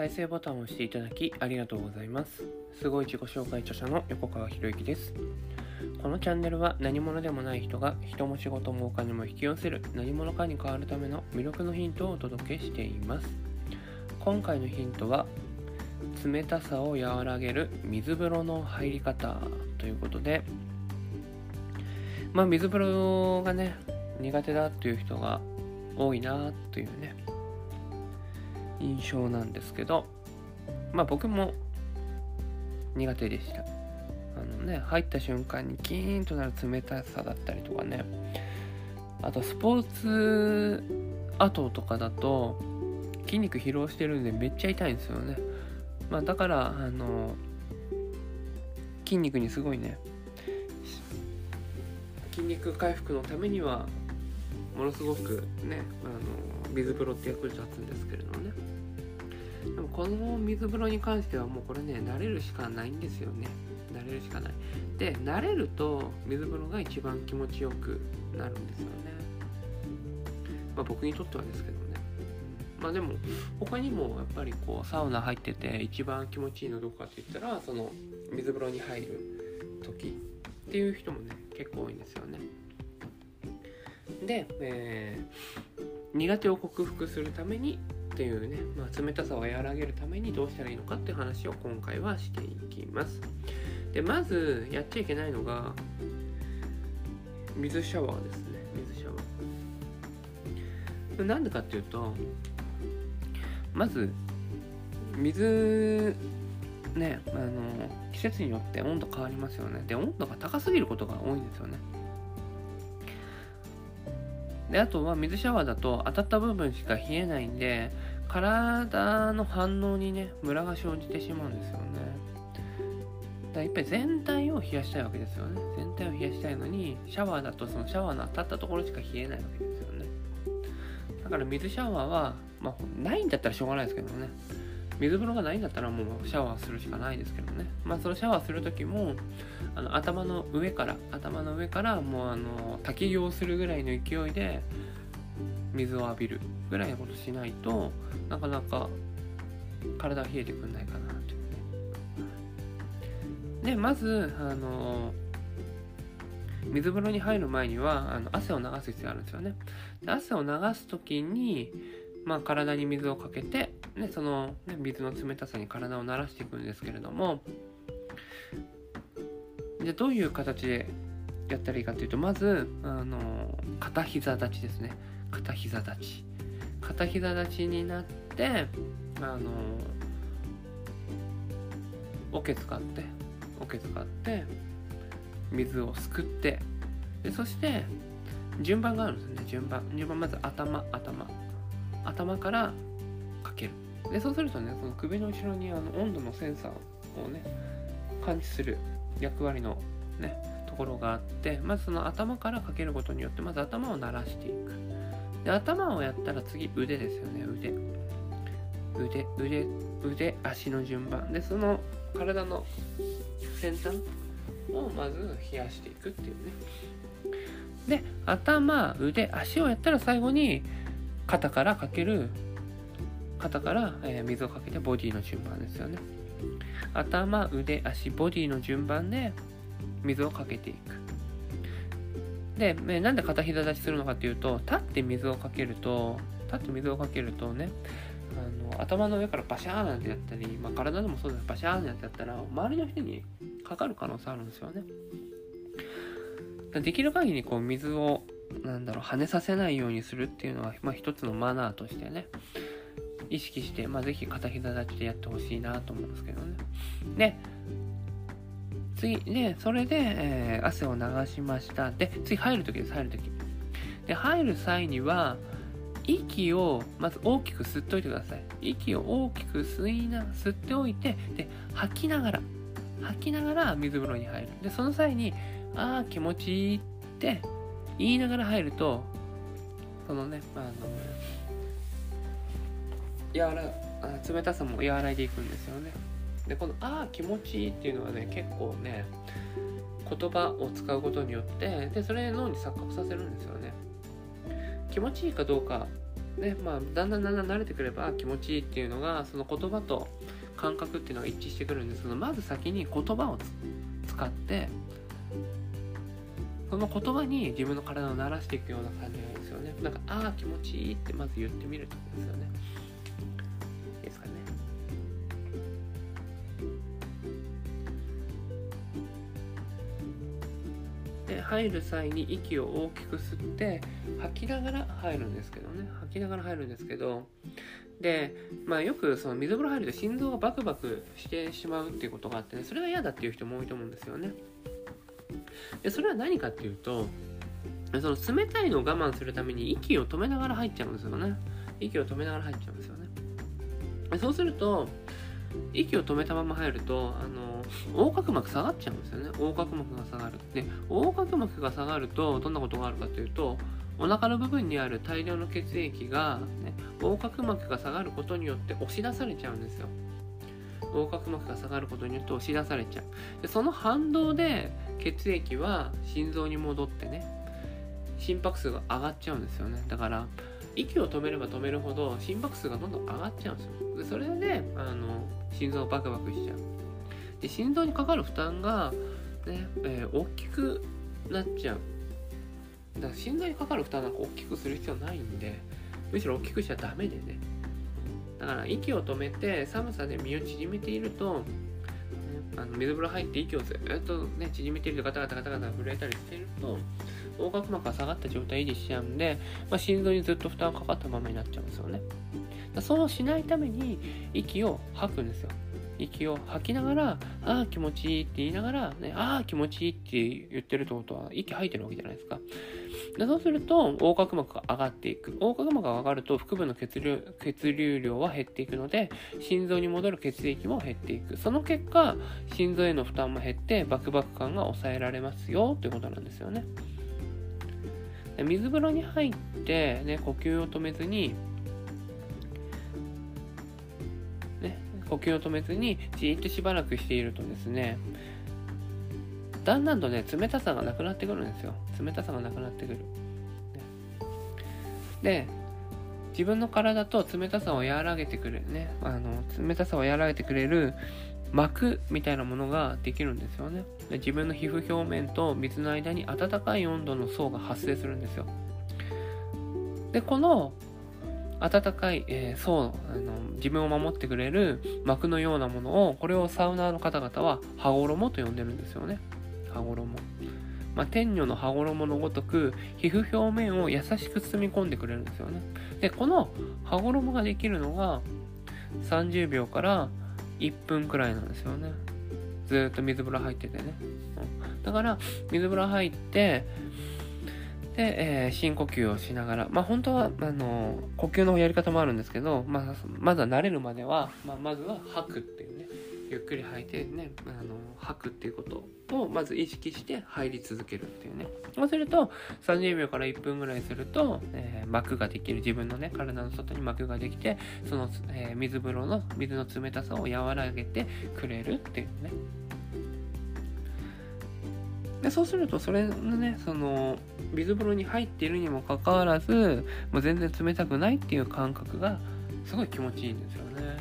再生ボタンを押していただきありがとうございます。すごい自己紹介著者の横川博之です。このチャンネルは何者でもない人が人も仕事もお金も引き寄せる何者かに変わるための魅力のヒントをお届けしています。今回のヒントは冷たさを和らげる水風呂の入り方ということで、水風呂がね苦手だっていう人が多いなというね印象なんですけど、僕も苦手でした。入った瞬間にキーンとなる冷たさだったりとかね、あとスポーツ後とかだと筋肉疲労してるんでめっちゃ痛いんですよね。だから筋肉にすごいね筋肉回復のためにはものすごくね水風呂って役に立つんですけれどもね。でもこの水風呂に関してはもうこれね慣れるしかないんですよね。慣れるしかない。で慣れると水風呂が一番気持ちよくなるんですよね。僕にとってはですけどね。でも他にもやっぱりこうサウナ入ってて一番気持ちいいのどこかって言ったらその水風呂に入る時っていう人もね結構多いんですよね。で、苦手を克服するためにっていうね、冷たさを和らげるためにどうしたらいいのかっていう話を今回はしていきます。でまずやっちゃいけないのが水シャワーですね。水シャワーなんでかっていうと、まず水ね季節によって温度変わりますよね。で温度が高すぎることが多いんですよね。であとは水シャワーだと当たった部分しか冷えないんで体の反応にねムラが生じてしまうんですよね。だからやっぱり全体を冷やしたいわけですよね。全体を冷やしたいのにシャワーだとそのシャワーの当たったところしか冷えないわけですよね。だから水シャワーはないんだったらしょうがないですけどね。水風呂がないんだったらもうシャワーするしかないですけどね。そのシャワーするときも頭の上からもう滝行するぐらいの勢いで水を浴びるぐらいのことしないとなかなか体が冷えてくんないかなというね。でまず水風呂に入る前には汗を流す必要があるんですよね。で汗を流すときに体に水をかけて、その、水の冷たさに体を慣らしていくんですけれども、でどういう形でやったらいいかというと、まず片膝立ちですね。片膝立ちになって桶使って水をすくって、でそして順番があるんですね。順番まず頭からかける。でそうするとねその首の後ろに温度のセンサーをね感知する役割のねところがあって、まずその頭からかけることによってまず頭を慣らしていく。で頭をやったら次腕ですよね。腕足の順番でその体の先端をまず冷やしていくっていうね。で頭腕足をやったら最後に肩から水をかけてボディの順番ですよね。頭腕足ボディの順番で水をかけていく。でなんで片膝立ちするのかっていうと、立って水をかけるとね頭の上からバシャーなんてやったり、体でもそうです。バシャーなんてやったら周りの人にかかる可能性あるんですよね。できる限りこう水を跳ねさせないようにするっていうのは一つのマナーとしてね意識して、ぜひ片膝立ちでやってほしいなと思うんですけどね。で次ねそれで、汗を流しました。で次入る時です。で入る際には息をまず大きく吸っといてください。息を大きく吸っておいて、で吐きながら水風呂に入る。でその際に気持ちいいって言いながら入るとそのね冷たさも和らいでいくんですよね。でこの気持ちいいっていうのはね結構ね言葉を使うことによってでそれ脳に錯覚させるんですよね。気持ちいいかどうかね、だんだん慣れてくれば気持ちいいっていうのが、その言葉と感覚っていうのが一致してくるんですけど、まず先に言葉を使って、その言葉に自分の体を慣らしていくような感じなんですよね。なんか、ああ気持ちいいってまず言ってみるとですよね。いいですかね。で、入る際に息を大きく吸って吐きながら入るんですけどね。で、よくその水風呂入ると心臓がバクバクしてしまうっていうことがあってね、それが嫌だっていう人も多いと思うんですよね。で、それは何かっていうと、その冷たいのを我慢するために息を止めながら入っちゃうんですよね。そうすると、息を止めたまま入ると、横隔膜下がっちゃうんですよね。横隔膜が下がる。で、横隔膜が下がると、どんなことがあるかというと、お腹の部分にある大量の血液が、横隔膜が下がることによって押し出されちゃうんですよ。横隔膜が下がることによって押し出されちゃう。で、その反動で血液は心臓に戻ってね、心拍数が上がっちゃうんですよね。だから息を止めれば止めるほど心拍数がどんどん上がっちゃうんですよ。で、それで心臓がバクバクしちゃう。で、心臓にかかる負担が、ね大きくなっちゃう。だから心臓にかかる負担なんか大きくする必要ないんで、むしろ大きくしちゃダメでね。だから息を止めて寒さで身を縮めていると、水風呂入って息をずっとね縮めているとガタガタ震えたりしていると、横隔膜が下がった状態維持しちゃうんで、心臓にずっと負担がかかったままになっちゃうんですよね。そうしないために息を吐くんですよ。息を吐きながら、ああ気持ちいいって言いながら、ね、ああ気持ちいいって言ってるってことは息吐いてるわけじゃないですか。で、そうすると横隔膜が上がっていく。横隔膜が上がると腹部の血流量は減っていくので、心臓に戻る血液も減っていく。その結果、心臓への負担も減ってバクバク感が抑えられますよということなんですよね。で、水風呂に入って、ね、呼吸を止めずにじーっとしばらくしているとですね、だんだんとね冷たさがなくなってくるんですよ。で、自分の体と冷たさを和らげてくれるね、冷たさを和らげてくれる膜みたいなものができるんですよね。で、自分の皮膚表面と水の間に温かい温度の層が発生するんですよ。で、この温かい、層、自分を守ってくれる膜のようなものを、これをサウナーの方々は羽衣と呼んでるんですよね。羽衣。天女の羽衣のごとく皮膚表面を優しく包み込んでくれるんですよね。で、この羽衣ができるのが30秒から1分くらいなんですよね。ずっと水風呂入っててね。だから水風呂入ってで、深呼吸をしながら、本当は呼吸のやり方もあるんですけど、まずは慣れるまでは、まずは吐くっていうね、ゆっくり吐いてね、吐くっていうことをまず意識して入り続けるっていうね。そうすると30秒から1分ぐらいすると、膜ができる。自分のね体の外に膜ができて、その、水風呂の水の冷たさを和らげてくれるっていうね。で、そうするとそれのね、その水風呂に入っているにもかかわらず、もう全然冷たくないっていう感覚がすごい気持ちいいんですよね。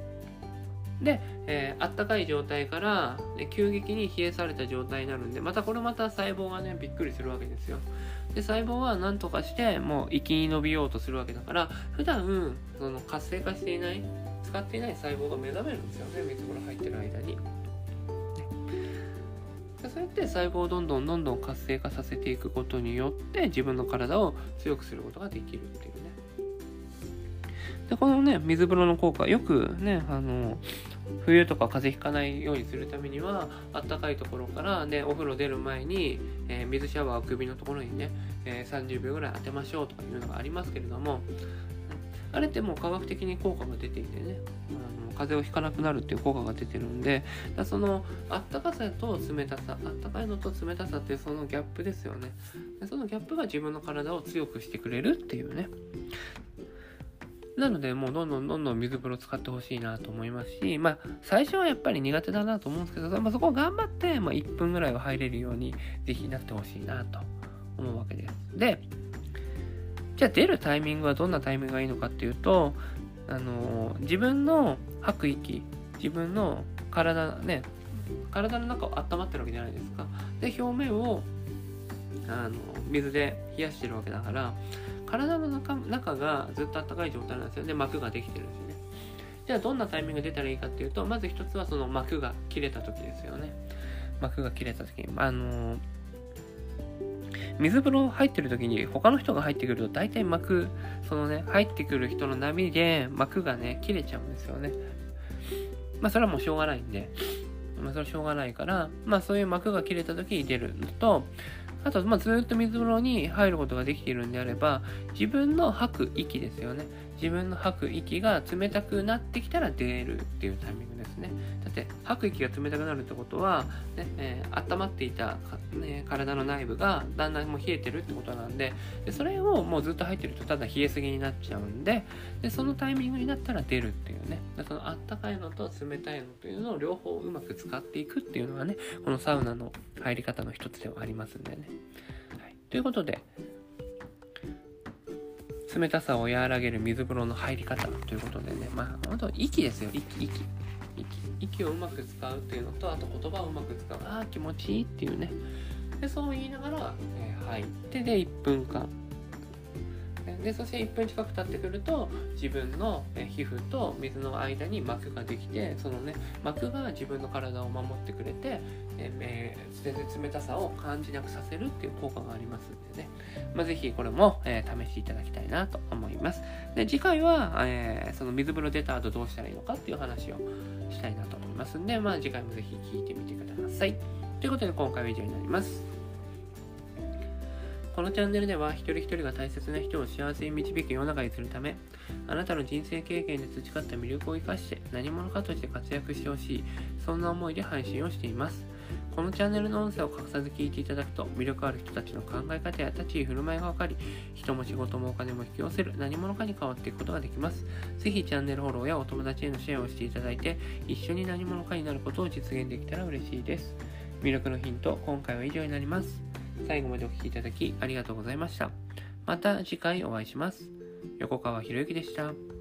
で、あったかい状態から、急激に冷えされた状態になるんで、また細胞がねびっくりするわけですよ。で、細胞は何とかしてもう生き延びようとするわけだから、普段その活性化していない使っていない細胞が目覚めるんですよね、水風呂入ってる間に。そうやって細胞をどんどん活性化させていくことによって自分の体を強くすることができるっていうね。で、このね水風呂の効果、よくね冬とか風邪ひかないようにするためには、あったかいところからねお風呂出る前に、水シャワーを首のところにね、30秒ぐらい当てましょうとかいうのがありますけれども、あれってもう科学的に効果が出ていてね、風邪をひかなくなるっていう効果が出てるんで、そのあったかさと冷たさ、あったかいのと冷たさっていうそのギャップですよね。で、そのギャップが自分の体を強くしてくれるっていうね。なので、もうどんどん水風呂使ってほしいなと思いますし、最初はやっぱり苦手だなと思うんですけど、そこを頑張って、1分ぐらいは入れるようにぜひなってほしいなと思うわけです。で、 じゃあ出るタイミングはどんなタイミングがいいのかっていうと、自分の吐く息、自分の体の中を温まってるわけじゃないですか。で、表面を水で冷やしてるわけだから、体の中がずっと温かい状態なんですよね。膜ができてるしね。じゃあどんなタイミングで出たらいいかっていうと、まず一つはその膜が切れた時ですよね。膜が切れた時に、水風呂入ってる時に他の人が入ってくると大体膜、入ってくる人の波で膜がね、切れちゃうんですよね。それはもうしょうがないんで、それはしょうがないから、そういう膜が切れた時に出るのと、あと、ずっと水風呂に入ることができているんであれば、自分の吐く息ですよね。自分の吐く息が冷たくなってきたら出るっていうタイミングですね。だって、吐く息が冷たくなるってことは、温まっていた、体の内部がだんだんもう冷えてるってことなんで、それをもうずっと入ってるとただ冷えすぎになっちゃうんで、そのタイミングになったら出るっていうね。そのあったかいのと冷たいのというのを両方うまく使っていくっていうのがね、このサウナの入り方の一つではありますんでね。はい、ということで、冷たさを和らげる水風呂の入り方ということでね、本当息ですよ、息をうまく使うっていうのと、あと言葉をうまく使う、気持ちいいっていうね。で、そう言いながら、入ってで1分間。で、そして1分近く経ってくると、自分の皮膚と水の間に膜ができて、そのね、膜が自分の体を守ってくれて、全然冷たさを感じなくさせるっていう効果がありますんでね。ぜひこれも、試していただきたいなと思います。で、次回は、その水風呂出た後どうしたらいいのかっていう話をしたいなと思いますんで、次回もぜひ聞いてみてください。ということで今回は以上になります。このチャンネルでは一人一人が大切な人を幸せに導く世の中にするため、あなたの人生経験で培った魅力を生かして何者かとして活躍してほしい、そんな思いで配信をしています。このチャンネルの音声を隠さず聞いていただくと、魅力ある人たちの考え方や立ち居振る舞いが分かり、人も仕事もお金も引き寄せる何者かに変わっていくことができます。ぜひチャンネルフォローやお友達へのシェアをしていただいて、一緒に何者かになることを実現できたら嬉しいです。魅力のヒント、今回は以上になります。最後までお聞きいただきありがとうございました。また次回お会いします。横川博之でした。